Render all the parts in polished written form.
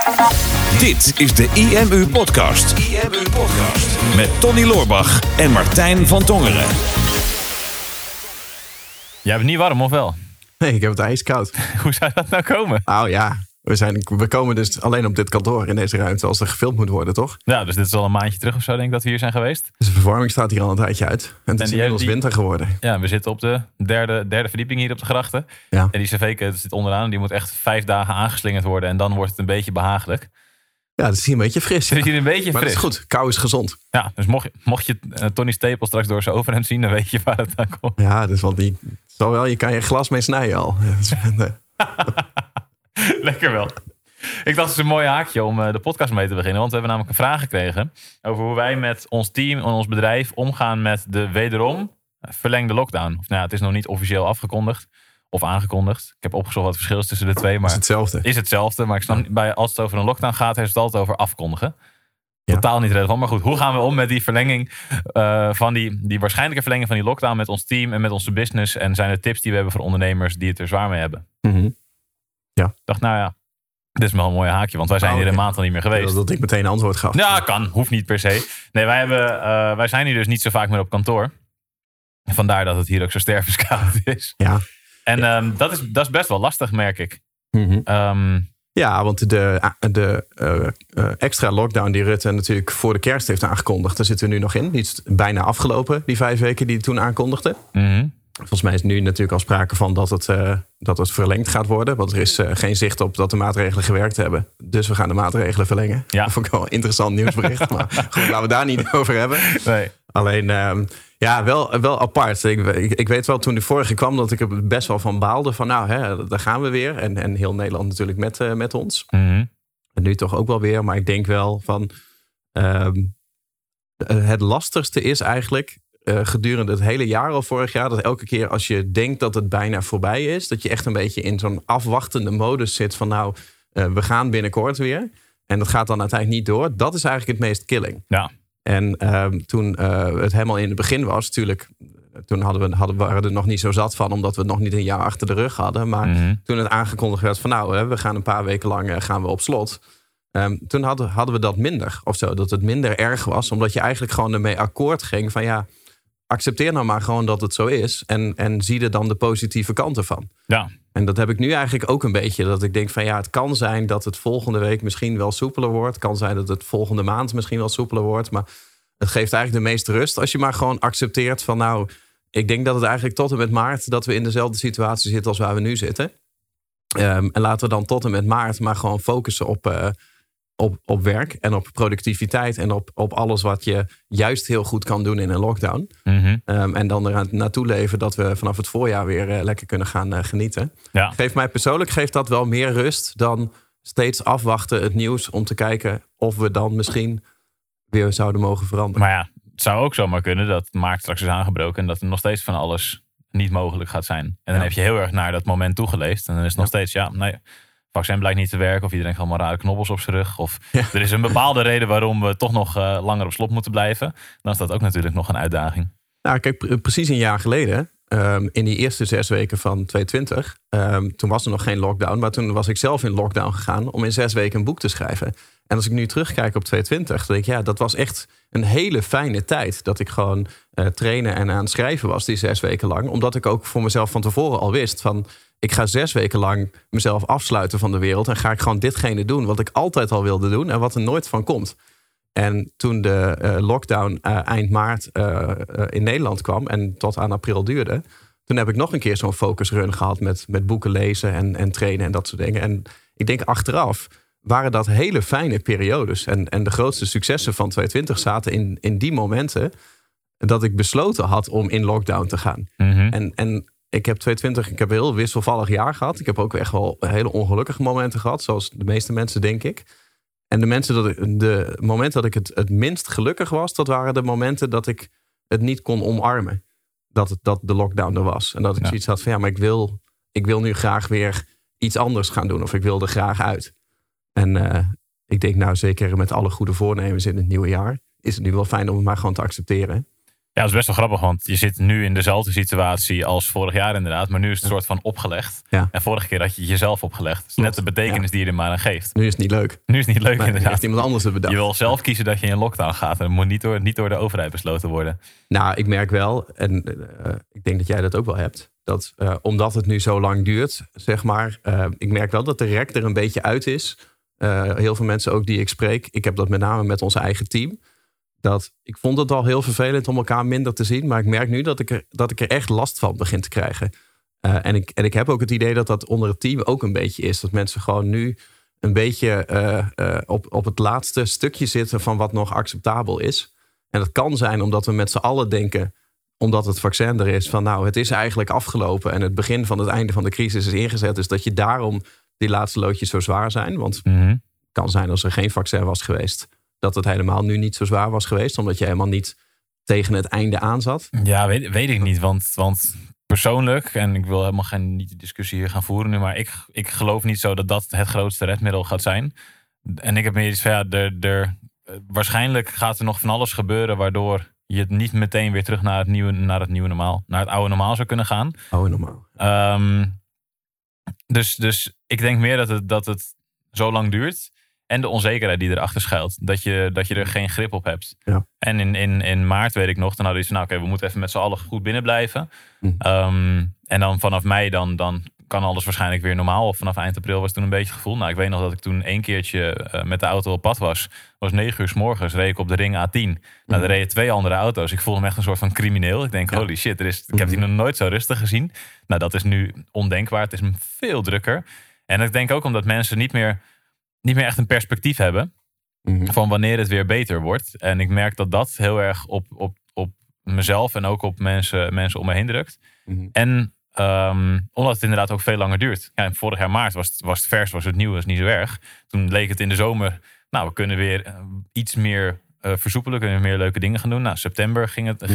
Dit is de IMU Podcast. IMU Podcast. Met Tony Loorbach en Martijn van Tongeren. Jij hebt het niet warm, of wel? Nee, ik heb het ijskoud. Hoe zou dat nou komen? Nou ja, we komen dus alleen op dit kantoor in deze ruimte als er gefilmd moet worden, toch? Ja, dus dit is al een maandje terug of zo, denk ik, dat we hier zijn geweest. Dus de verwarming staat hier al een tijdje uit. En het is inmiddels winter geworden. Ja, we zitten op de derde verdieping hier op de grachten. Ja. En die cv-ketel zit onderaan. Die moet echt 5 dagen aangeslingerd worden. En dan wordt het een beetje behagelijk. Ja, het is hier een beetje fris. Het is hier een beetje maar fris. dat is goed. Kou is gezond. Ja, dus mocht je Tony Stapel straks door zijn overhemd zien, dan weet je waar het aan komt. Ja, dus want je kan je glas mee snijden al. Lekker wel. Ik dacht, het is een mooi haakje om de podcast mee te beginnen. Want we hebben namelijk een vraag gekregen over hoe wij met ons team en ons bedrijf omgaan met de wederom verlengde lockdown. Of, het is nog niet officieel afgekondigd of aangekondigd. Ik heb opgezocht wat het verschil is tussen de twee. Maar is hetzelfde. Maar ik snap niet, als het over een lockdown gaat, heeft het altijd over afkondigen. Ja. Totaal niet relevant. Maar goed, hoe gaan we om met die verlenging van die waarschijnlijke verlenging van die lockdown met ons team en met onze business? En zijn er tips die we hebben voor ondernemers die het er zwaar mee hebben? Mm-hmm. Ja. Ik dacht, dit is wel een mooi haakje, want wij zijn hier een maand al niet meer geweest. Dat ik meteen een antwoord gaf. Ja, kan. Hoeft niet per se. Nee, wij zijn hier dus niet zo vaak meer op kantoor. Vandaar dat het hier ook zo stervenskoud is. Ja. En dat is best wel lastig, merk ik. Mm-hmm. Ja, want de extra lockdown die Rutte natuurlijk voor de kerst heeft aangekondigd, daar zitten we nu nog in. Die is bijna afgelopen, die 5 weken die hij toen aankondigde. Mm-hmm. Volgens mij is nu natuurlijk al sprake van dat het verlengd gaat worden. Want er is geen zicht op dat de maatregelen gewerkt hebben. Dus we gaan de maatregelen verlengen. Ja. Dat vond ik wel een interessant nieuwsbericht. Maar goed, laten we daar niet over hebben. Nee. Alleen, wel apart. Ik weet wel, toen de vorige kwam, dat ik er best wel van baalde. Van daar gaan we weer. En heel Nederland natuurlijk met ons. Mm-hmm. En nu toch ook wel weer. Maar ik denk wel van het lastigste is eigenlijk gedurende het hele jaar al vorig jaar, dat elke keer als je denkt dat het bijna voorbij is, dat je echt een beetje in zo'n afwachtende modus zit van we gaan binnenkort weer. En dat gaat dan uiteindelijk niet door. Dat is eigenlijk het meest killing. Ja. En toen het helemaal in het begin was, natuurlijk, toen waren we er nog niet zo zat van, omdat we het nog niet een jaar achter de rug hadden. Maar toen het aangekondigd werd van we gaan een paar weken lang gaan we op slot. Toen hadden we dat minder of zo. Dat het minder erg was, omdat je eigenlijk gewoon ermee akkoord ging van accepteer nou maar gewoon dat het zo is. En zie er dan de positieve kanten van. Ja. En dat heb ik nu eigenlijk ook een beetje. Dat ik denk van het kan zijn dat het volgende week misschien wel soepeler wordt. Het kan zijn dat het volgende maand misschien wel soepeler wordt. Maar het geeft eigenlijk de meeste rust als je maar gewoon accepteert van ik denk dat het eigenlijk tot en met maart dat we in dezelfde situatie zitten als waar we nu zitten. En laten we dan tot en met maart maar gewoon focussen op werk en op productiviteit en op alles wat je juist heel goed kan doen in een lockdown. Mm-hmm. En dan er naartoe leven dat we vanaf het voorjaar weer lekker kunnen gaan genieten. Ja. Mij persoonlijk dat wel meer rust dan steeds afwachten het nieuws om te kijken of we dan misschien weer zouden mogen veranderen. Maar het zou ook zomaar kunnen dat maart straks is aangebroken en dat er nog steeds van alles niet mogelijk gaat zijn. En dan heb je heel erg naar dat moment toegeleefd en dan is het nog steeds vaccin blijkt niet te werken of iedereen heeft allemaal rare knobbels op zijn rug. Of er is een bepaalde reden waarom we toch nog langer op slot moeten blijven. Dan is dat ook natuurlijk nog een uitdaging. Nou, kijk, precies een jaar geleden, in die eerste 6 weken van 2020, toen was er nog geen lockdown. Maar toen was ik zelf in lockdown gegaan om in 6 weken een boek te schrijven. En als ik nu terugkijk op 2020, dan denk ik, dat was echt een hele fijne tijd. Dat ik gewoon trainen en aan het schrijven was die 6 weken lang. Omdat ik ook voor mezelf van tevoren al wist van, ik ga 6 weken lang mezelf afsluiten van de wereld. En ga ik gewoon ditgene doen wat ik altijd al wilde doen en wat er nooit van komt. En toen de lockdown eind maart in Nederland kwam en tot aan april duurde, toen heb ik nog een keer zo'n focusrun gehad met boeken lezen en trainen en dat soort dingen. En ik denk achteraf waren dat hele fijne periodes. En de grootste successen van 2020 zaten in die momenten dat ik besloten had om in lockdown te gaan. Mm-hmm. En ik heb 2020 een heel wisselvallig jaar gehad. Ik heb ook echt wel hele ongelukkige momenten gehad, zoals de meeste mensen, denk ik. En de momenten dat ik het minst gelukkig was, dat waren de momenten dat ik het niet kon omarmen. Dat de lockdown er was. En dat ik zoiets had van maar ik wil nu graag weer iets anders gaan doen. Of ik wil er graag uit. En ik denk zeker met alle goede voornemens in het nieuwe jaar, is het nu wel fijn om het maar gewoon te accepteren. Ja, dat is best wel grappig, want je zit nu in dezelfde situatie als vorig jaar inderdaad. Maar nu is het een soort van opgelegd. Ja. En vorige keer had je het jezelf opgelegd. Dat is net de betekenis die je er maar aan geeft. Nu is het niet leuk. Inderdaad. Heeft iemand anders het bedacht. Je wil zelf kiezen dat je in lockdown gaat. En dat moet niet door de overheid besloten worden. Nou, ik merk wel, en ik denk dat jij dat ook wel hebt. Dat omdat het nu zo lang duurt, zeg maar. Ik merk wel dat de rek er een beetje uit is. Heel veel mensen ook die ik spreek. Ik heb dat met name met ons eigen team. Ik vond het al heel vervelend om elkaar minder te zien. Maar ik merk nu dat ik er echt last van begin te krijgen. En ik heb ook het idee dat dat onder het team ook een beetje is. Dat mensen gewoon nu een beetje op het laatste stukje zitten van wat nog acceptabel is. En dat kan zijn omdat we met z'n allen denken, omdat het vaccin er is, van nou, het is eigenlijk afgelopen. En het begin van het einde van de crisis is ingezet. Dus dat je daarom die laatste loodjes zo zwaar zijn. Want het kan zijn als er geen vaccin was geweest, dat het helemaal nu niet zo zwaar was geweest. Omdat je helemaal niet tegen het einde aan zat. Ja, weet ik niet. Want persoonlijk, en ik wil helemaal niet de discussie hier gaan voeren nu, maar ik geloof niet zo dat het grootste redmiddel gaat zijn. En ik heb meer iets van, waarschijnlijk gaat er nog van alles gebeuren waardoor je het niet meteen weer terug naar het nieuwe normaal, naar het oude normaal zou kunnen gaan. Oude normaal. Dus ik denk meer dat het zo lang duurt. En de onzekerheid die erachter schuilt. Dat je er geen grip op hebt. Ja. En in maart weet ik nog, dan hadden we iets van, we moeten even met z'n allen goed binnen blijven. En dan vanaf mei dan kan alles waarschijnlijk weer normaal. Of vanaf eind april was toen een beetje het gevoel. Nou, ik weet nog dat ik toen 1 keertje met de auto op pad was. Was 9 uur 's morgens, reed ik op de ring A10. Nou, er reden 2 andere auto's. Ik voelde me echt een soort van crimineel. Ik denk, holy shit, ik heb die nog nooit zo rustig gezien. Nou, dat is nu ondenkbaar. Het is veel drukker. En ik denk ook omdat mensen niet meer echt een perspectief hebben van wanneer het weer beter wordt. En ik merk dat heel erg op mezelf en ook op mensen om me heen drukt. En omdat het inderdaad ook veel langer duurt. Ja, vorig jaar maart was het vers, was het nieuw, was niet zo erg. Toen leek het in de zomer, we kunnen weer iets meer versoepelen, kunnen we meer leuke dingen gaan doen. Nou, september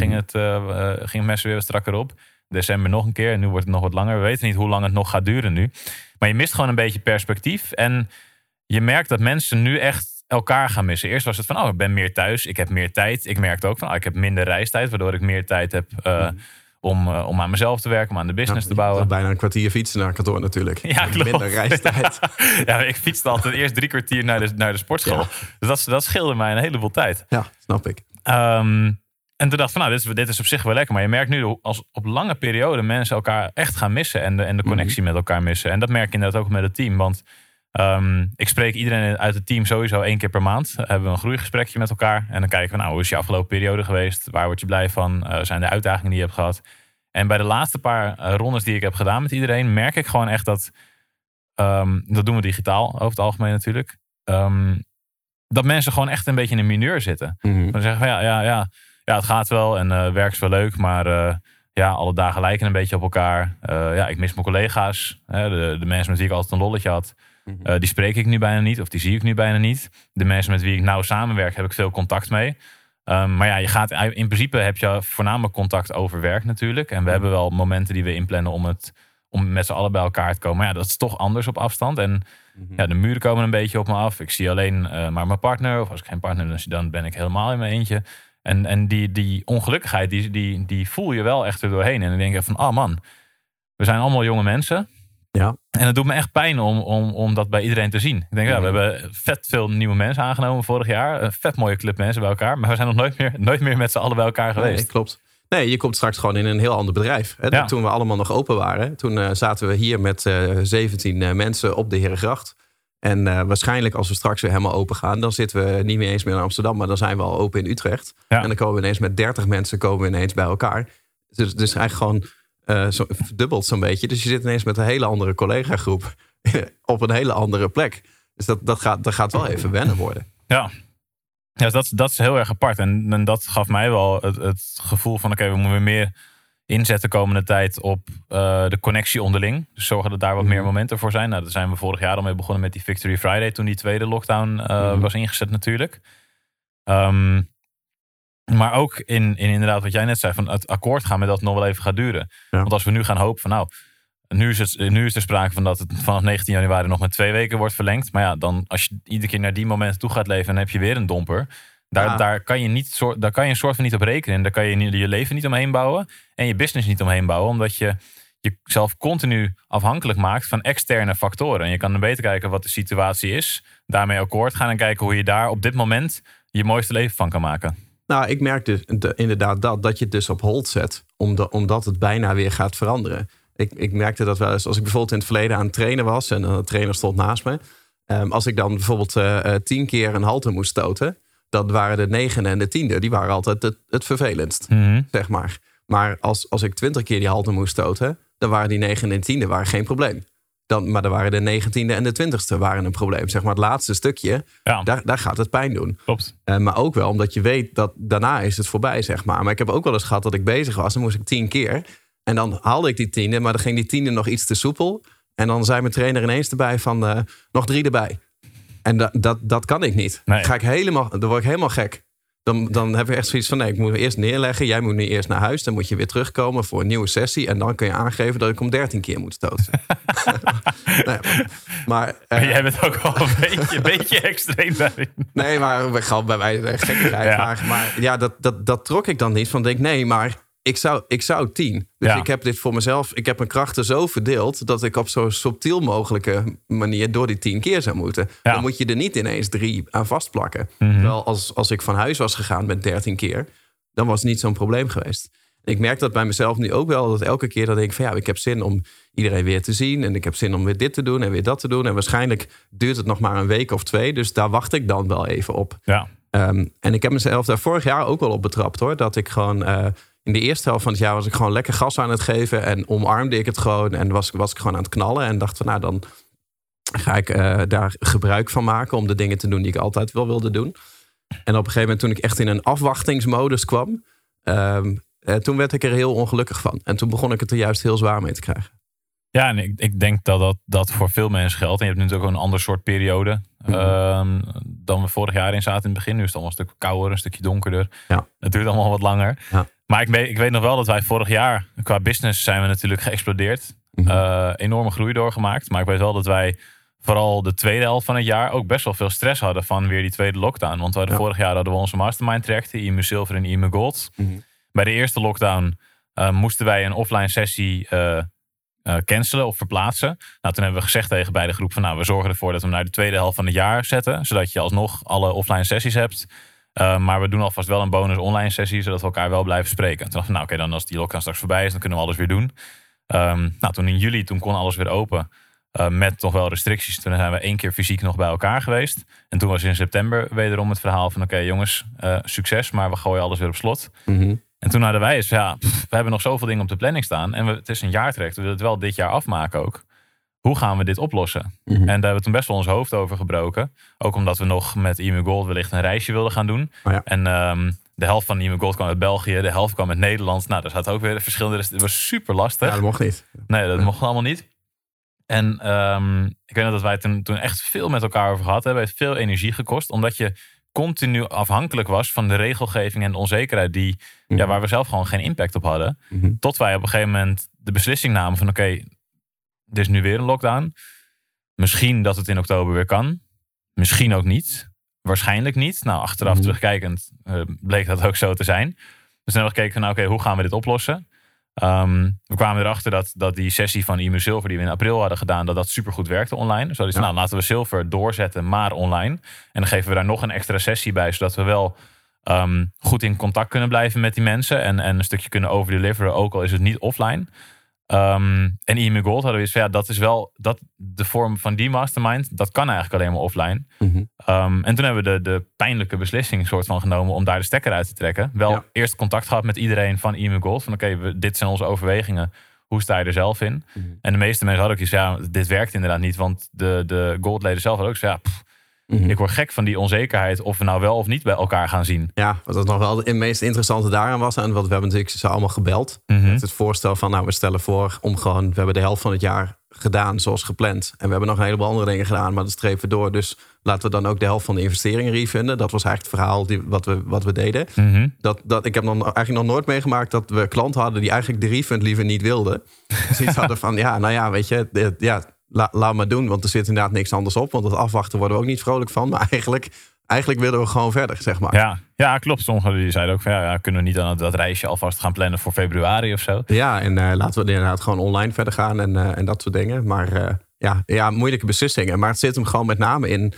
ging mensen weer wat strakker op. December nog een keer en nu wordt het nog wat langer. We weten niet hoe lang het nog gaat duren nu. Maar je mist gewoon een beetje perspectief. En je merkt dat mensen nu echt elkaar gaan missen. Eerst was het van, ik ben meer thuis, ik heb meer tijd. Ik merkte ook van, ik heb minder reistijd, waardoor ik meer tijd heb om aan mezelf te werken, om aan de business te bouwen. Bijna een kwartier fietsen naar kantoor natuurlijk. Ja, klopt. Minder reistijd. Ja, ik fietste altijd eerst 3 kwartier naar de sportschool. Ja. Dus dat scheelde mij een heleboel tijd. Ja, snap ik. En toen dacht ik van, dit is op zich wel lekker. Maar je merkt nu als op lange periode mensen elkaar echt gaan missen en de connectie met elkaar missen. En dat merk je inderdaad ook met het team. Want ik spreek iedereen uit het team sowieso 1 keer per maand. Hebben we een groeigesprekje met elkaar. En dan kijken we, hoe is je afgelopen periode geweest? Waar word je blij van? Zijn de uitdagingen die je hebt gehad? En bij de laatste paar rondes die ik heb gedaan met iedereen, merk ik gewoon echt dat doen we digitaal over het algemeen natuurlijk. Dat mensen gewoon echt een beetje in een mineur zitten. Dan zeggen van ja, het gaat wel en werk is wel leuk, maar alle dagen lijken een beetje op elkaar. Ik mis mijn collega's. De mensen met wie ik altijd een lolletje had. Die spreek ik nu bijna niet, of die zie ik nu bijna niet. De mensen met wie ik nauw samenwerk, heb ik veel contact mee. Maar in principe heb je voornamelijk contact over werk natuurlijk. En we hebben wel momenten die we inplannen om met z'n allen bij elkaar te komen. Maar dat is toch anders op afstand. En de muren komen een beetje op me af. Ik zie alleen maar mijn partner. Of als ik geen partner heb, dan ben ik helemaal in mijn eentje. En die ongelukkigheid, die voel je wel echt er doorheen. En dan denk ik van, man, we zijn allemaal jonge mensen. Ja. En het doet me echt pijn om dat bij iedereen te zien. Ik denk, we hebben vet veel nieuwe mensen aangenomen vorig jaar. Een vet mooie club mensen bij elkaar. Maar we zijn nog nooit meer met z'n allen bij elkaar geweest. Nee, klopt. Nee, je komt straks gewoon in een heel ander bedrijf. Ja. Toen we allemaal nog open waren. Toen zaten we hier met 17 mensen op de Herengracht. En waarschijnlijk als we straks weer helemaal open gaan, dan zitten we niet meer eens meer in Amsterdam, maar dan zijn we al open in Utrecht. Ja. En dan komen we ineens met 30 mensen ineens bij elkaar. Dus eigenlijk gewoon verdubbeld zo'n beetje. Dus je zit ineens met een hele andere collega-groep op een hele andere plek. Dus dat gaat wel even wennen worden. Ja. Ja, dat is heel erg apart. En dat gaf mij wel het gevoel van, we moeten weer meer inzetten de komende tijd op de connectie onderling. Dus zorgen dat daar wat meer momenten voor zijn. Nou, daar zijn we vorig jaar al mee begonnen met die Victory Friday, toen die tweede lockdown was ingezet natuurlijk. Maar ook in inderdaad wat jij net zei, van het akkoord gaan met dat het nog wel even gaat duren. Ja. Want als we nu gaan hopen van nu is er sprake van dat het vanaf 19 januari nog met 2 weken wordt verlengd. Maar dan als je iedere keer naar die momenten toe gaat leven, dan heb je weer een domper. Daar kan je een soort van niet op rekenen. Daar kan je je leven niet omheen bouwen. En je business niet omheen bouwen. Omdat je jezelf continu afhankelijk maakt van externe factoren. En je kan dan beter kijken wat de situatie is. Daarmee akkoord gaan en kijken hoe je daar op dit moment je mooiste leven van kan maken. Nou, ik merk dus inderdaad dat je het dus op hold zet. Omdat het bijna weer gaat veranderen. Ik merkte dat wel eens als ik bijvoorbeeld in het verleden aan het trainen was. En een trainer stond naast me. Als ik dan bijvoorbeeld 10 keer een halter moest stoten. Dat waren de 9e en de 10e. Die waren altijd het vervelendst, zeg maar. Maar als ik 20 keer die halter moest stoten. Dan waren die 9e en 10e waren geen probleem. Maar dan waren de 19e en de 20e waren een probleem. Zeg maar het laatste stukje, daar gaat het pijn doen. Klopt. Maar ook wel omdat je weet dat daarna is het voorbij, zeg maar. Maar ik heb ook wel eens gehad dat ik bezig was. Dan moest ik 10 keer. En dan haalde ik die 10e, maar dan ging die 10e nog iets te soepel. En dan zei mijn trainer ineens erbij van nog 3 erbij. En dat kan ik niet. Nee. Dan word ik helemaal gek. Dan heb ik echt zoiets van, nee, ik moet me eerst neerleggen. Jij moet nu eerst naar huis. Dan moet je weer terugkomen voor een nieuwe sessie. En dan kun je aangeven dat ik om 13 keer moet stoten. Maar jij bent ook wel een beetje extreem daarin. Nee, maar bij mij gekkigheid. Ja. Maar ja, dat trok ik dan niet. Van denk, nee, maar ik zou 10. Dus ik heb dit voor mezelf. Ik heb mijn krachten zo verdeeld dat ik op zo subtiel mogelijke manier door die 10 keer zou moeten. Ja. Dan moet je er niet ineens 3 aan vastplakken. Terwijl als ik van huis was gegaan met 13 keer, dan was het niet zo'n probleem geweest. Ik merk dat bij mezelf nu ook wel. Dat elke keer dat ik van ik heb zin om iedereen weer te zien. En ik heb zin om weer dit te doen en weer dat te doen. En waarschijnlijk duurt het nog maar een week of 2. Dus daar wacht ik dan wel even op. Ja. En ik heb mezelf daar vorig jaar ook wel op betrapt hoor. Dat ik gewoon in de eerste helft van het jaar was ik gewoon lekker gas aan het geven. En omarmde ik het gewoon. En was ik gewoon aan het knallen. En dacht van dan ga ik daar gebruik van maken. Om de dingen te doen die ik altijd wel wilde doen. En op een gegeven moment toen ik echt in een afwachtingsmodus kwam. Toen werd ik er heel ongelukkig van. En toen begon ik het er juist heel zwaar mee te krijgen. Ja, en ik denk dat voor veel mensen geldt. En je hebt natuurlijk ook een ander soort periode dan we vorig jaar in zaten in het begin. Nu is het allemaal een stuk kouder, een stukje donkerder. Ja. Het duurt allemaal wat langer. Ja. Maar ik weet nog wel dat wij vorig jaar, qua business zijn we natuurlijk geëxplodeerd. Enorme groei doorgemaakt. Maar ik weet wel dat wij vooral de tweede helft van het jaar ook best wel veel stress hadden van weer die tweede lockdown. Want vorig jaar hadden we onze mastermind trajecten, IMU Silver en IMU Gold. Bij de eerste lockdown moesten wij een offline sessie cancelen of verplaatsen. Nou, toen hebben we gezegd tegen beide groep van we zorgen ervoor dat we hem naar de tweede helft van het jaar zetten. Zodat je alsnog alle offline sessies hebt. Maar we doen alvast wel een bonus online sessie, zodat we elkaar wel blijven spreken. Toen dachten we, oké, dan als die lockdown straks voorbij is, dan kunnen we alles weer doen. Toen in juli, toen kon alles weer open. Met toch wel restricties. Toen zijn we 1 keer fysiek nog bij elkaar geweest. En toen was in september wederom het verhaal van oké, jongens, succes, maar we gooien alles weer op slot. En toen hadden wij eens, we hebben nog zoveel dingen op de planning staan. En het is een jaartraject, we willen het wel dit jaar afmaken ook. Hoe gaan we dit oplossen? En daar hebben we toen best wel ons hoofd over gebroken. Ook omdat we nog met IMU Gold wellicht een reisje wilden gaan doen. Oh ja. En de helft van IMU Gold kwam uit België, de helft kwam uit Nederland. Nou, daar zat ook weer verschillende. Het was super lastig. Ja, dat mocht niet. Nee, dat mocht allemaal niet. En ik weet nog dat wij toen echt veel met elkaar over gehad hebben. Het heeft veel energie gekost, omdat je continu afhankelijk was van de regelgeving en de onzekerheid waar we zelf gewoon geen impact op hadden. Tot wij op een gegeven moment de beslissing namen van oké, er is nu weer een lockdown. Misschien dat het in oktober weer kan. Misschien ook niet. Waarschijnlijk niet. Nou, achteraf terugkijkend bleek dat ook zo te zijn. Dus toen hebben we gekeken van hoe gaan we dit oplossen? We kwamen erachter dat die sessie van IMU Silver die we in april hadden gedaan, dat supergoed werkte online. Dus laten we Silver doorzetten, maar online. En dan geven we daar nog een extra sessie bij, zodat we wel goed in contact kunnen blijven met die mensen. En een stukje kunnen overdeliveren, ook al is het niet offline. En IMU Gold hadden we eens van dat is wel de vorm van die mastermind. Dat kan eigenlijk alleen maar offline. En toen hebben we de pijnlijke beslissing soort van genomen om daar de stekker uit te trekken. Wel eerst contact gehad met iedereen van IMU Gold. Van dit zijn onze overwegingen. Hoe sta je er zelf in? En de meeste mensen hadden ook iets dit werkt inderdaad niet. Want de Goldleden zelf hadden ook ik word gek van die onzekerheid of we nou wel of niet bij elkaar gaan zien. Ja, wat dat nog wel het meest interessante daaraan was. En wat we hebben natuurlijk ze allemaal gebeld. Met het voorstel van we stellen voor om gewoon, we hebben de helft van het jaar gedaan zoals gepland. En we hebben nog een heleboel andere dingen gedaan, maar dat streven we door. Dus laten we dan ook de helft van de investeringen refunden. Dat was eigenlijk het verhaal wat we deden. Ik heb eigenlijk nog nooit meegemaakt dat we klanten hadden die eigenlijk de refund liever niet wilden. Dus iets hadden van weet je, laat maar doen, want er zit inderdaad niks anders op. Want het afwachten worden we ook niet vrolijk van. Maar eigenlijk eigenlijk willen we gewoon verder, zeg maar. Ja, klopt. Sommigen die zeiden ook van kunnen we niet aan dat reisje alvast gaan plannen voor februari of zo? Ja, en laten we inderdaad gewoon online verder gaan en dat soort dingen. Maar moeilijke beslissingen. Maar het zit hem gewoon met name in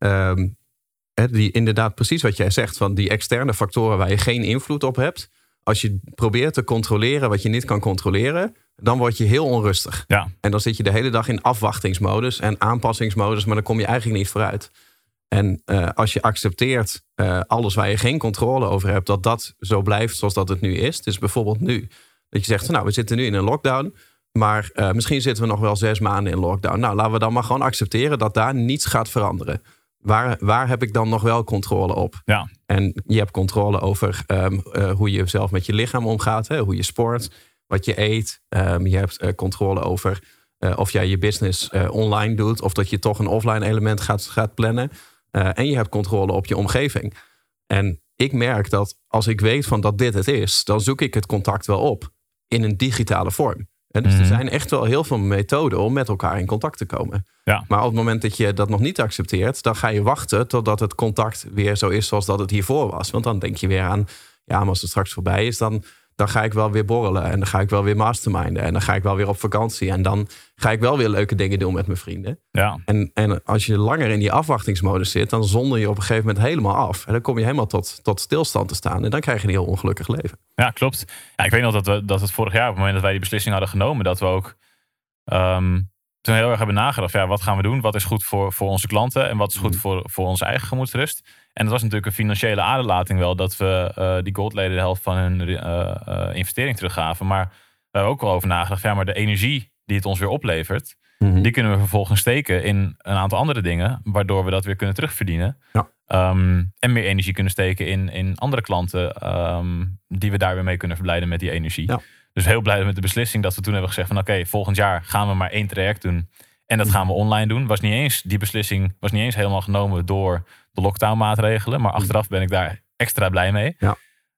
die inderdaad precies wat jij zegt, van die externe factoren waar je geen invloed op hebt. Als je probeert te controleren wat je niet kan controleren, dan word je heel onrustig. Ja. En dan zit je de hele dag in afwachtingsmodus en aanpassingsmodus, maar dan kom je eigenlijk niet vooruit. En als je accepteert alles waar je geen controle over hebt, dat zo blijft zoals dat het nu is. Dus bijvoorbeeld nu, dat je zegt, nou, we zitten nu in een lockdown, maar misschien zitten we nog wel 6 maanden in lockdown. Nou, laten we dan maar gewoon accepteren dat daar niets gaat veranderen. Waar heb ik dan nog wel controle op? Ja. En je hebt controle over hoe je zelf met je lichaam omgaat, hoe je sport, wat je eet. Je hebt controle over of jij je business online doet, of dat je toch een offline element gaat plannen. En je hebt controle op je omgeving. En ik merk dat als ik weet van dat dit het is, dan zoek ik het contact wel op in een digitale vorm. En dus er zijn echt wel heel veel methoden om met elkaar in contact te komen. Ja. Maar op het moment dat je dat nog niet accepteert, dan ga je wachten totdat het contact weer zo is zoals dat het hiervoor was. Want dan denk je weer aan, maar als het straks voorbij is, dan ga ik wel weer borrelen. En dan ga ik wel weer masterminden. En dan ga ik wel weer op vakantie. En dan ga ik wel weer leuke dingen doen met mijn vrienden. Ja. En als je langer in die afwachtingsmodus zit, dan zonder je op een gegeven moment helemaal af. En dan kom je helemaal tot stilstand te staan. En dan krijg je een heel ongelukkig leven. Ja, klopt. Ja, ik weet nog dat het vorig jaar, op het moment dat wij die beslissing hadden genomen, dat we ook toen heel erg hebben nagedacht. Wat gaan we doen? Wat is goed voor onze klanten? En wat is goed voor onze eigen gemoedsrust? En het was natuurlijk een financiële aderlating wel, dat we die goldleden de helft van hun investering teruggaven. Maar we hebben ook wel over nagedacht. Maar de energie die het ons weer oplevert, die kunnen we vervolgens steken in een aantal andere dingen, waardoor we dat weer kunnen terugverdienen. Ja. En meer energie kunnen steken in andere klanten die we daar weer mee kunnen verblijden met die energie. Ja. Dus heel blij met de beslissing dat we toen hebben gezegd van oké, volgend jaar gaan we maar 1 traject doen. En dat gaan we online doen. Die beslissing was niet eens helemaal genomen door de lockdown maatregelen. Maar achteraf ben ik daar extra blij mee. Ja.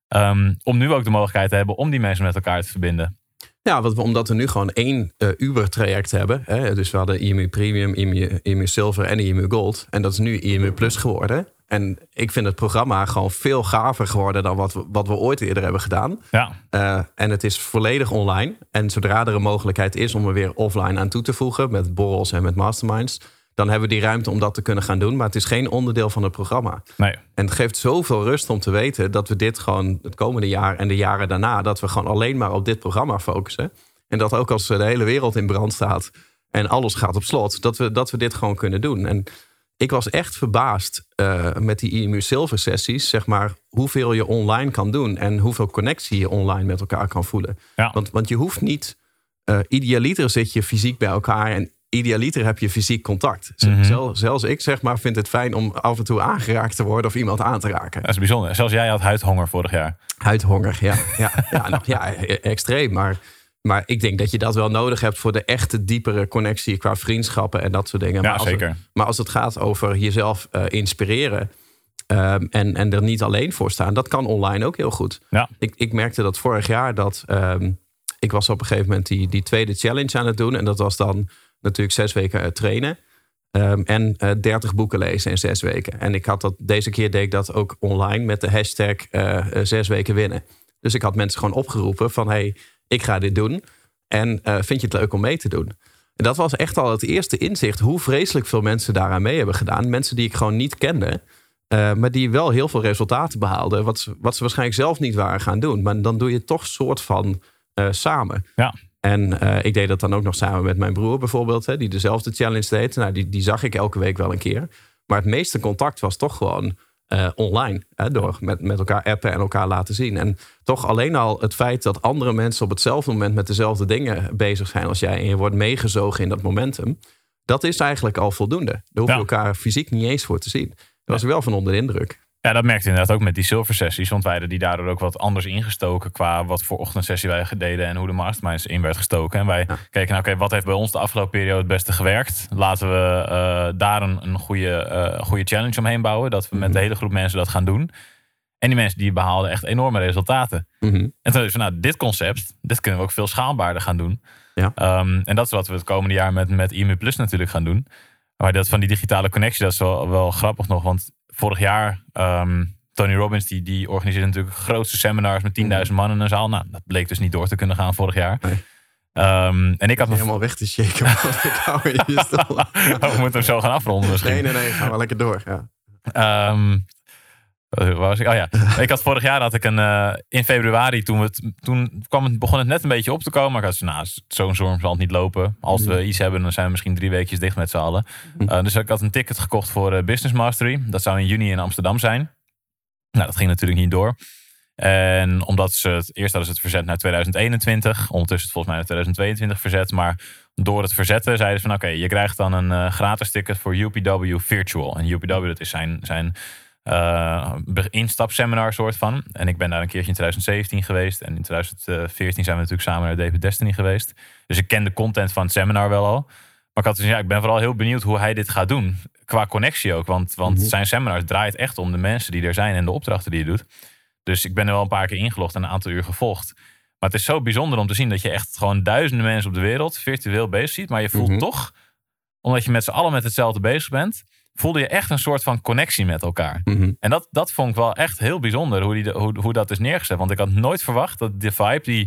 Om nu ook de mogelijkheid te hebben om die mensen met elkaar te verbinden. Ja, omdat we nu gewoon 1 Uber-traject hebben. Hè? Dus we hadden IMU Premium, IMU Silver en IMU Gold. En dat is nu IMU Plus geworden. En ik vind het programma gewoon veel gaver geworden dan wat we ooit eerder hebben gedaan. Ja. En het is volledig online. En zodra er een mogelijkheid is om er weer offline aan toe te voegen, met borrels en met masterminds, dan hebben we die ruimte om dat te kunnen gaan doen. Maar het is geen onderdeel van het programma. Nee. En het geeft zoveel rust om te weten dat we dit gewoon het komende jaar en de jaren daarna, dat we gewoon alleen maar op dit programma focussen. En dat ook als de hele wereld in brand staat en alles gaat op slot, dat we dit gewoon kunnen doen. En ik was echt verbaasd met die IMU Silver sessies, zeg maar, hoeveel je online kan doen en hoeveel connectie je online met elkaar kan voelen. Ja. Want je hoeft niet, idealiter zit je fysiek bij elkaar en idealiter heb je fysiek contact. Zelfs ik, zeg maar, vind het fijn om af en toe aangeraakt te worden of iemand aan te raken. Dat is bijzonder. Zelfs jij had huidhonger vorig jaar. Huidhonger, ja. Extreem. Maar ik denk dat je dat wel nodig hebt voor de echte diepere connectie qua vriendschappen en dat soort dingen. Ja, zeker. Maar als het gaat over jezelf inspireren en er niet alleen voor staan, dat kan online ook heel goed. Ja. Ik merkte dat vorig jaar dat ik was op een gegeven moment die tweede challenge aan het doen. En dat was dan natuurlijk 6 weken trainen. En 30 boeken lezen in 6 weken. En deze keer deed ik dat ook online met de hashtag 6 weken winnen. Dus ik had mensen gewoon opgeroepen van hey, ik ga dit doen. En vind je het leuk om mee te doen? En dat was echt al het eerste inzicht hoe vreselijk veel mensen daaraan mee hebben gedaan. Mensen die ik gewoon niet kende. Maar die wel heel veel resultaten behaalden. Wat ze waarschijnlijk zelf niet waren gaan doen. Maar dan doe je het toch soort van samen. Ja. En ik deed dat dan ook nog samen met mijn broer bijvoorbeeld. Die dezelfde challenge deed. Nou, die zag ik elke week wel een keer. Maar het meeste contact was toch gewoon online. Door met elkaar appen en elkaar laten zien. En toch alleen al het feit dat andere mensen op hetzelfde moment met dezelfde dingen bezig zijn als jij. En je wordt meegezogen in dat momentum. Dat is eigenlijk al voldoende. Daar hoef je elkaar fysiek niet eens voor te zien. Daar was ik wel van onder de indruk. Ja, dat merkte inderdaad ook met die silver sessies. Want wij hadden die daardoor ook wat anders ingestoken qua wat voor ochtendsessie wij deden en hoe de masterminds in werd gestoken. En wij keken naar wat heeft bij ons de afgelopen periode het beste gewerkt. Laten we daar een goede challenge omheen bouwen. Dat we met de hele groep mensen dat gaan doen. En die mensen die behaalden echt enorme resultaten. En toen dachten we van dit concept, dit kunnen we ook veel schaalbaarder gaan doen. Ja. En dat is wat we het komende jaar met IMU Plus natuurlijk gaan doen. Maar dat van die digitale connectie, dat is wel grappig nog. Want vorig jaar... Tony Robbins die organiseerde natuurlijk grootste seminars met 10.000 man in een zaal. Nou, dat bleek dus niet door te kunnen gaan vorig jaar. Nee. En ik had helemaal weg te shaken. Ik hou in je stoel. We moeten hem zo gaan afronden misschien. Nee, gaan we lekker door. Ja. Waar was ik? Oh ja, ik had vorig jaar in februari, begon het net een beetje op te komen. Maar ik had zo'n storm zal het niet lopen. Als we iets hebben, dan zijn we misschien 3 weekjes dicht met z'n allen. Dus ik had een ticket gekocht voor Business Mastery. Dat zou in juni in Amsterdam zijn. Nou, dat ging natuurlijk niet door. En omdat eerst hadden ze het verzet naar 2021. Ondertussen het volgens mij naar 2022 verzet. Maar door het verzetten zeiden ze van oké, je krijgt dan een gratis ticket voor UPW Virtual. En UPW, dat is zijn instapseminar soort van. En ik ben daar een keertje in 2017 geweest. En in 2014 zijn we natuurlijk samen naar David Destiny geweest. Dus ik ken de content van het seminar wel al. Maar ik ben vooral heel benieuwd hoe hij dit gaat doen. Qua connectie ook. Want zijn seminars draait echt om de mensen die er zijn en de opdrachten die je doet. Dus ik ben er wel een paar keer ingelogd en een aantal uur gevolgd. Maar het is zo bijzonder om te zien dat je echt gewoon duizenden mensen op de wereld virtueel bezig ziet. Maar je voelt toch, omdat je met z'n allen met hetzelfde bezig bent, voelde je echt een soort van connectie met elkaar. En dat vond ik wel echt heel bijzonder hoe dat is neergezet. Want ik had nooit verwacht dat de vibe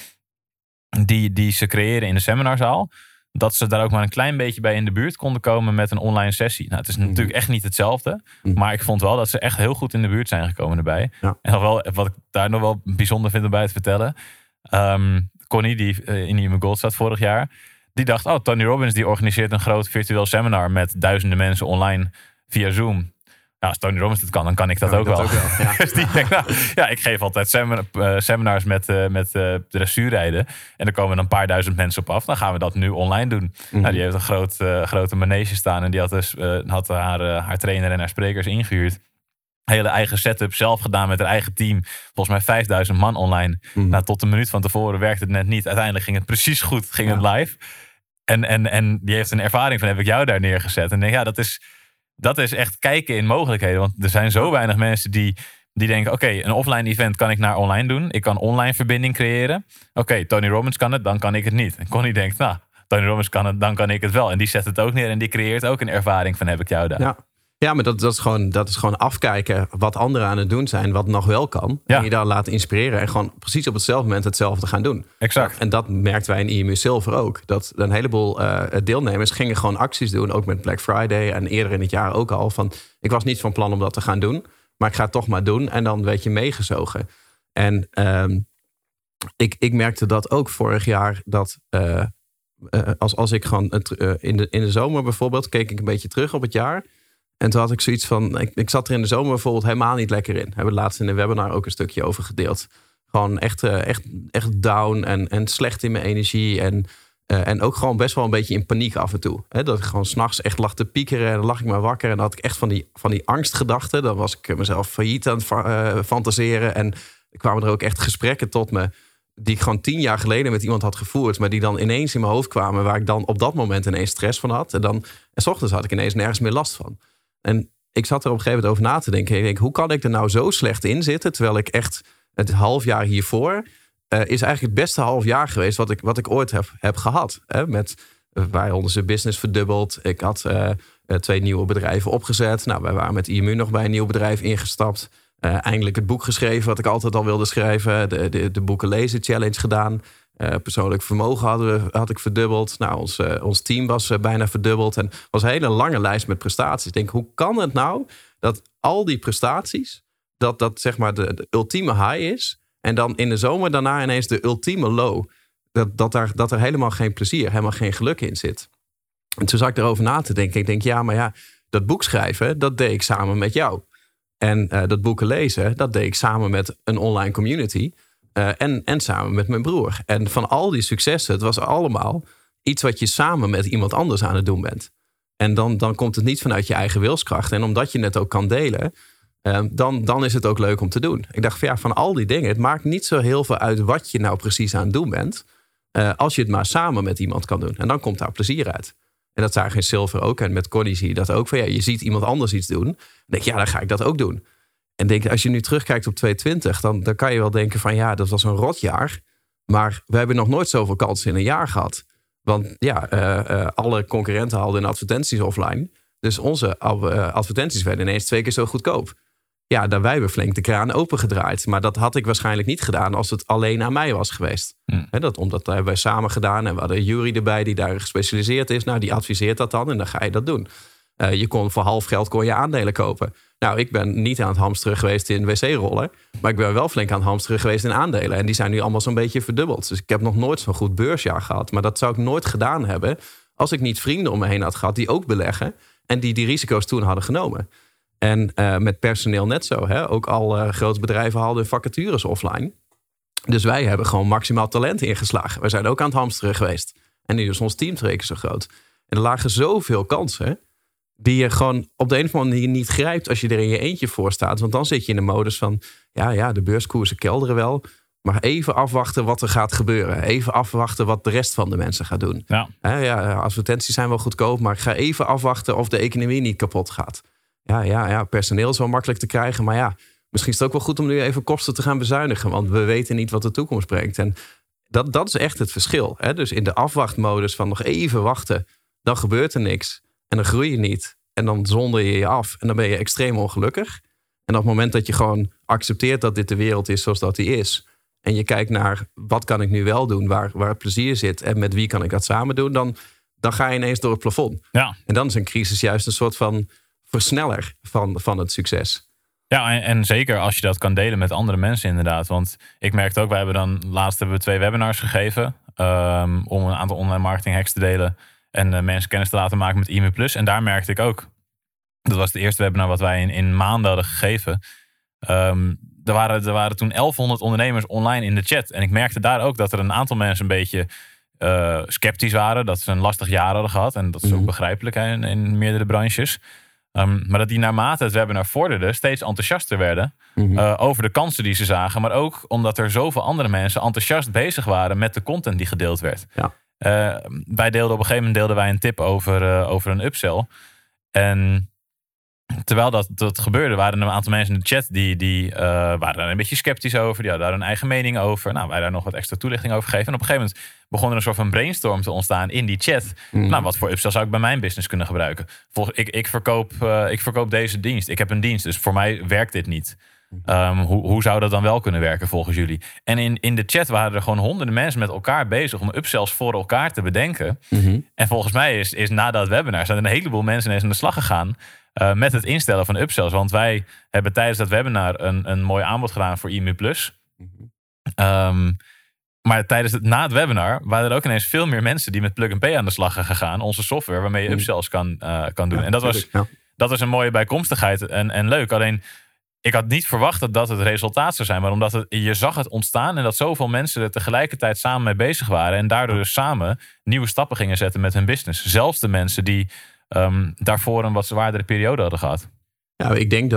die ze creëren in de seminarzaal, dat ze daar ook maar een klein beetje bij in de buurt konden komen met een online sessie. Nou, het is natuurlijk echt niet hetzelfde. Maar ik vond wel dat ze echt heel goed in de buurt zijn gekomen erbij. Ja. En nog wel, wat ik daar nog wel bijzonder vind om bij te vertellen. Connie, die in Human Gold staat vorig jaar, die dacht, Tony Robbins die organiseert een groot virtueel seminar met duizenden mensen online via Zoom. Nou, als Tony Robbins dat kan, dan kan ik dat ook wel. Ja. Dus die denkt, ik geef altijd seminars met dressuurrijden. En er komen een paar duizend mensen op af. Dan gaan we dat nu online doen. Nou, die heeft een grote manege staan. En die had haar trainer en haar sprekers ingehuurd. Hele eigen setup zelf gedaan met haar eigen team. Volgens mij 5000 man online. Nou, tot een minuut van tevoren werkte het net niet. Uiteindelijk ging het precies goed. Ging het live. En die heeft een ervaring van, heb ik jou daar neergezet. En denk, dat is echt kijken in mogelijkheden. Want er zijn zo weinig mensen die denken, oké, een offline event kan ik naar online doen. Ik kan online verbinding creëren. Oké, Tony Robbins kan het, dan kan ik het niet. En Connie denkt, Tony Robbins kan het, dan kan ik het wel. En die zet het ook neer en die creëert ook een ervaring van, heb ik jou daar. Ja, maar dat is gewoon afkijken wat anderen aan het doen zijn, wat nog wel kan. Ja. En je daar laten inspireren en gewoon precies op hetzelfde moment hetzelfde gaan doen. Exact. En dat merkten wij in IMU Silver ook. Dat een heleboel deelnemers gingen gewoon acties doen, ook met Black Friday en eerder in het jaar ook al. Van, ik was niet van plan om dat te gaan doen, maar ik ga het toch maar doen. En dan werd je meegezogen. En ik merkte dat ook vorig jaar, dat als ik gewoon in de zomer bijvoorbeeld, keek ik een beetje terug op het jaar. En toen had ik zoiets van, ik zat er in de zomer bijvoorbeeld helemaal niet lekker in. Hebben we laatst in de webinar ook een stukje over gedeeld. Gewoon echt down en slecht in mijn energie. En ook gewoon best wel een beetje in paniek af en toe. Dat ik gewoon 's nachts echt lag te piekeren. En dan lag ik maar wakker. En dan had ik echt van die angstgedachten. Dan was ik mezelf failliet aan het fantaseren. En er kwamen er ook echt gesprekken tot me, die ik gewoon 10 jaar geleden met iemand had gevoerd, maar die dan ineens in mijn hoofd kwamen, waar ik dan op dat moment ineens stress van had. En 's ochtends had ik ineens nergens meer last van. En ik zat er op een gegeven moment over na te denken. Ik denk, hoe kan ik er nou zo slecht in zitten, terwijl ik echt het half jaar hiervoor is eigenlijk het beste half jaar geweest wat ik ooit heb gehad. Wij onze business verdubbeld. Ik had 2 nieuwe bedrijven opgezet. Nou, wij waren met IMU nog bij een nieuw bedrijf ingestapt. Eindelijk het boek geschreven wat ik altijd al wilde schrijven. De boeken lezen challenge gedaan. Persoonlijk vermogen had ik verdubbeld. Nou, ons team was bijna verdubbeld. En het was een hele lange lijst met prestaties. Ik denk, hoe kan het nou dat al die prestaties, dat zeg maar de ultieme high is, en dan in de zomer daarna ineens de ultieme low. Dat er helemaal geen plezier, helemaal geen geluk in zit. En toen zat ik erover na te denken. Ik denk, dat boek schrijven, dat deed ik samen met jou. En dat boeken lezen, dat deed ik samen met een online community. En samen met mijn broer. En van al die successen, het was allemaal iets wat je samen met iemand anders aan het doen bent. En dan komt het niet vanuit je eigen wilskracht. En omdat je het ook kan delen, dan is het ook leuk om te doen. Ik dacht van al die dingen, het maakt niet zo heel veel uit wat je nou precies aan het doen bent. Als je het maar samen met iemand kan doen. En dan komt daar plezier uit. En dat zagen in Silver ook. En met Connie zie je dat ook. Je ziet iemand anders iets doen. Dan denk je, dan ga ik dat ook doen. En als je nu terugkijkt op 2020, dan kan je wel denken van dat was een rotjaar. Maar we hebben nog nooit zoveel kansen in een jaar gehad. Want alle concurrenten haalden hun advertenties offline. Dus onze advertenties werden ineens 2 keer zo goedkoop. Ja, daar hebben we flink de kraan opengedraaid. Maar dat had ik waarschijnlijk niet gedaan als het alleen aan mij was geweest. Omdat hebben wij samen gedaan. En we hadden een jury erbij die daar gespecialiseerd is. Nou, die adviseert dat dan en dan ga je dat doen. Je kon voor half geld je aandelen kopen. Nou, ik ben niet aan het hamsteren geweest in wc-rollen. Maar ik ben wel flink aan het hamsteren geweest in aandelen. En die zijn nu allemaal zo'n beetje verdubbeld. Dus ik heb nog nooit zo'n goed beursjaar gehad. Maar dat zou ik nooit gedaan hebben als ik niet vrienden om me heen had gehad die ook beleggen. En die risico's toen hadden genomen. En met personeel net zo. Hè? Ook al grote bedrijven haalden vacatures offline. Dus wij hebben gewoon maximaal talent ingeslagen. We zijn ook aan het hamsteren geweest. En nu is ons team 2 keer zo groot. En er lagen zoveel kansen die je gewoon op de een of andere manier niet grijpt als je er in je eentje voor staat. Want dan zit je in de modus van, ja, de beurskoersen kelderen wel. Maar even afwachten wat er gaat gebeuren. Even afwachten wat de rest van de mensen gaat doen. Ja, advertenties zijn wel goedkoop, maar ik ga even afwachten of de economie niet kapot gaat. Ja, personeel is wel makkelijk te krijgen. Maar ja, misschien is het ook wel goed om nu even kosten te gaan bezuinigen. Want we weten niet wat de toekomst brengt. En dat is echt het verschil. Hè? Dus in de afwachtmodus van nog even wachten, dan gebeurt er niks. En dan groei je niet. En dan zonder je je af. En dan ben je extreem ongelukkig. En op het moment dat je gewoon accepteert dat dit de wereld is zoals dat die is. En je kijkt naar wat kan ik nu wel doen, waar het plezier zit. En met wie kan ik dat samen doen. Dan ga je ineens door het plafond. Ja. En dan is een crisis juist een soort van versneller van het succes. Ja, en zeker als je dat kan delen met andere mensen inderdaad. Want ik merkte ook, laatst hebben we 2 webinars gegeven. Om een aantal online marketing hacks te delen. En mensen kennis te laten maken met IMU+. En daar merkte ik ook, dat was de eerste webinar wat wij in maanden hadden gegeven. Er waren toen 1100 ondernemers online in de chat. En ik merkte daar ook dat er een aantal mensen een beetje sceptisch waren. Dat ze een lastig jaar hadden gehad. En dat is ook begrijpelijk in meerdere branches. Maar dat die naarmate het webinar vorderde steeds enthousiaster werden over de kansen die ze zagen. Maar ook omdat er zoveel andere mensen enthousiast bezig waren met de content die gedeeld werd. Ja. Wij deelden op een gegeven moment een tip over een upsell. En terwijl dat gebeurde, waren er een aantal mensen in de chat die waren daar een beetje sceptisch over. Die hadden daar hun eigen mening over. Nou, wij daar nog wat extra toelichting over gegeven. En op een gegeven moment begon er een soort van brainstorm te ontstaan in die chat. Nou, wat voor upsell zou ik bij mijn business kunnen gebruiken? Ik verkoop deze dienst. Ik heb een dienst, dus voor mij werkt dit niet. Hoe zou dat dan wel kunnen werken volgens jullie? En in de chat waren er gewoon honderden mensen met elkaar bezig om upsells voor elkaar te bedenken. En volgens mij is na dat webinar zijn er een heleboel mensen ineens aan de slag gegaan met het instellen van upsells. Want wij hebben tijdens dat webinar een mooi aanbod gedaan voor IMU+. Maar na het webinar waren er ook ineens veel meer mensen die met Plug & Pay aan de slag zijn gegaan. Onze software waarmee je upsells kan doen. En dat was een mooie bijkomstigheid en leuk. Alleen, ik had niet verwacht dat het resultaat zou zijn. Maar omdat je zag het ontstaan en dat zoveel mensen er tegelijkertijd samen mee bezig waren. En daardoor dus samen nieuwe stappen gingen zetten met hun business. Zelfs de mensen die daarvoor een wat zwaardere periode hadden gehad. Ja, ik denk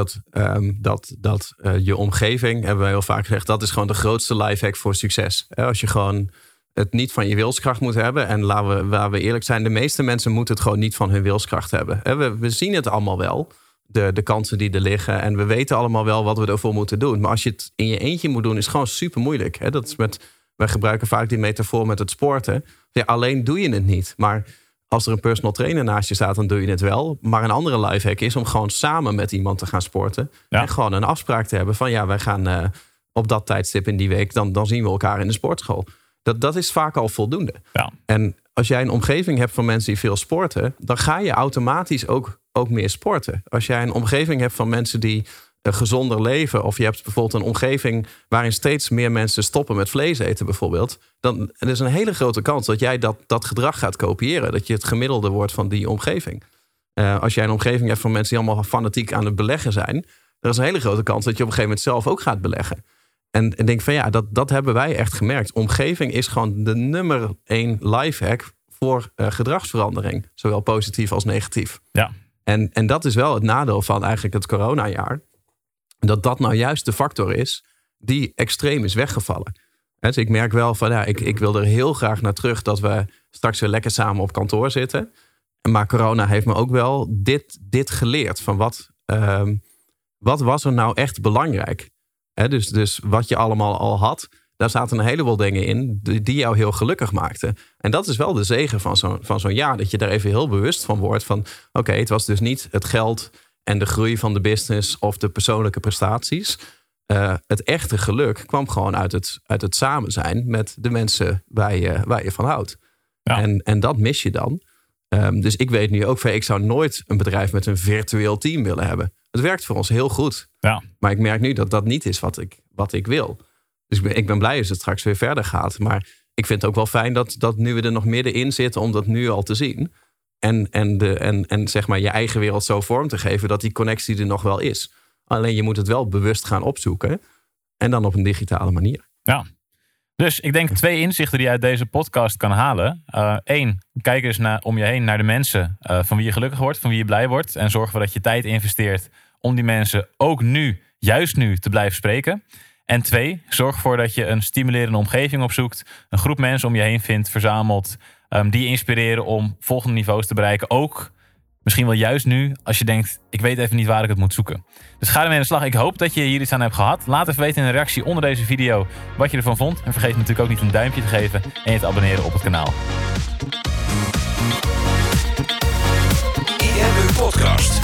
dat je omgeving, hebben wij heel vaak gezegd, dat is gewoon de grootste lifehack voor succes. Als je gewoon het niet van je wilskracht moet hebben. En laten we eerlijk zijn, de meeste mensen moeten het gewoon niet van hun wilskracht hebben. We zien het allemaal wel. De kansen die er liggen. En we weten allemaal wel wat we ervoor moeten doen. Maar als je het in je eentje moet doen, is het gewoon super moeilijk. Wij gebruiken vaak die metafoor met het sporten. Ja, alleen doe je het niet. Maar als er een personal trainer naast je staat, dan doe je het wel. Maar een andere lifehack is om gewoon samen met iemand te gaan sporten. Ja. En gewoon een afspraak te hebben van wij gaan op dat tijdstip in die week, dan zien we elkaar in de sportschool. Dat is vaak al voldoende. Ja. En als jij een omgeving hebt van mensen die veel sporten, dan ga je automatisch ook meer sporten. Als jij een omgeving hebt van mensen die gezonder leven, of je hebt bijvoorbeeld een omgeving waarin steeds meer mensen stoppen met vlees eten bijvoorbeeld, dan er is een hele grote kans dat jij dat gedrag gaat kopiëren. Dat je het gemiddelde wordt van die omgeving. Als jij een omgeving hebt van mensen die allemaal fanatiek aan het beleggen zijn, er is een hele grote kans dat je op een gegeven moment zelf ook gaat beleggen. En denk van dat hebben wij echt gemerkt. Omgeving is gewoon de nummer 1 lifehack voor gedragsverandering. Zowel positief als negatief. Ja. En dat is wel het nadeel van eigenlijk het coronajaar. Dat nou juist de factor is die extreem is weggevallen. Dus ik merk wel van ik wil er heel graag naar terug dat we straks weer lekker samen op kantoor zitten. Maar corona heeft me ook wel dit geleerd. Van wat was er nou echt belangrijk? Dus wat je allemaal al had, Daar zaten een heleboel dingen in die jou heel gelukkig maakten. En dat is wel de zegen van zo'n jaar. Dat je daar even heel bewust van wordt. Van oké, het was dus niet het geld en de groei van de business of de persoonlijke prestaties. Het echte geluk kwam gewoon uit het samen zijn met de mensen waar je van houdt. Ja. En dat mis je dan. Dus ik weet nu ook, ik zou nooit een bedrijf met een virtueel team willen hebben. Het werkt voor ons heel goed. Ja. Maar ik merk nu dat dat niet is wat ik wil. Dus ik ben blij als het straks weer verder gaat. Maar ik vind het ook wel fijn dat nu we er nog middenin zitten om dat nu al te zien. En zeg maar je eigen wereld zo vorm te geven dat die connectie er nog wel is. Alleen je moet het wel bewust gaan opzoeken. En dan op een digitale manier. Ja. Dus ik denk 2 inzichten die je uit deze podcast kan halen. 1, kijk eens om je heen naar de mensen van wie je gelukkig wordt, van wie je blij wordt. En zorg ervoor dat je tijd investeert om die mensen ook nu, juist nu, te blijven spreken. En 2, zorg ervoor dat je een stimulerende omgeving opzoekt. Een groep mensen om je heen vindt, verzamelt. Die je inspireren om volgende niveaus te bereiken. Ook misschien wel juist nu, als je denkt, ik weet even niet waar ik het moet zoeken. Dus ga ermee aan de slag. Ik hoop dat je hier iets aan hebt gehad. Laat even weten in een reactie onder deze video wat je ervan vond. En vergeet natuurlijk ook niet een duimpje te geven en je te abonneren op het kanaal. IMU Podcast.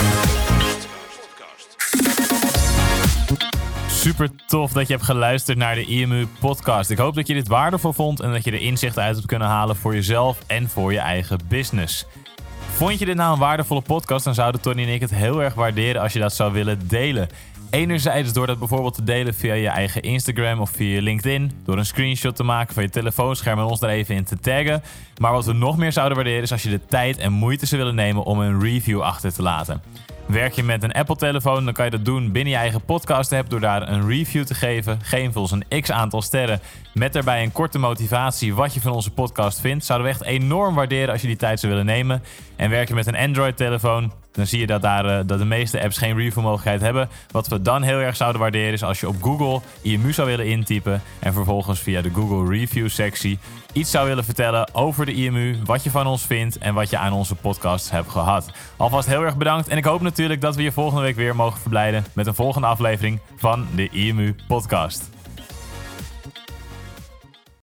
Super tof dat je hebt geluisterd naar de IMU Podcast. Ik hoop dat je dit waardevol vond en dat je er inzichten uit hebt kunnen halen voor jezelf en voor je eigen business. Vond je dit nou een waardevolle podcast, dan zouden Tony en ik het heel erg waarderen als je dat zou willen delen. Enerzijds door dat bijvoorbeeld te delen via je eigen Instagram of via je LinkedIn. Door een screenshot te maken van je telefoonscherm en ons daar even in te taggen. Maar wat we nog meer zouden waarderen is als je de tijd en moeite zou willen nemen om een review achter te laten. Werk je met een Apple-telefoon, dan kan je dat doen binnen je eigen podcast-app door daar een review te geven. Geef ons een x-aantal sterren met daarbij een korte motivatie wat je van onze podcast vindt. Zouden we echt enorm waarderen als je die tijd zou willen nemen. En werk je met een Android-telefoon, dan zie je dat de meeste apps geen review-mogelijkheid hebben. Wat we dan heel erg zouden waarderen is als je op Google IMU zou willen intypen en vervolgens via de Google Review-sectie iets zou willen vertellen over de IMU, wat je van ons vindt en wat je aan onze podcast hebt gehad. Alvast heel erg bedankt en ik hoop natuurlijk dat we je volgende week weer mogen verblijden met een volgende aflevering van de IMU Podcast.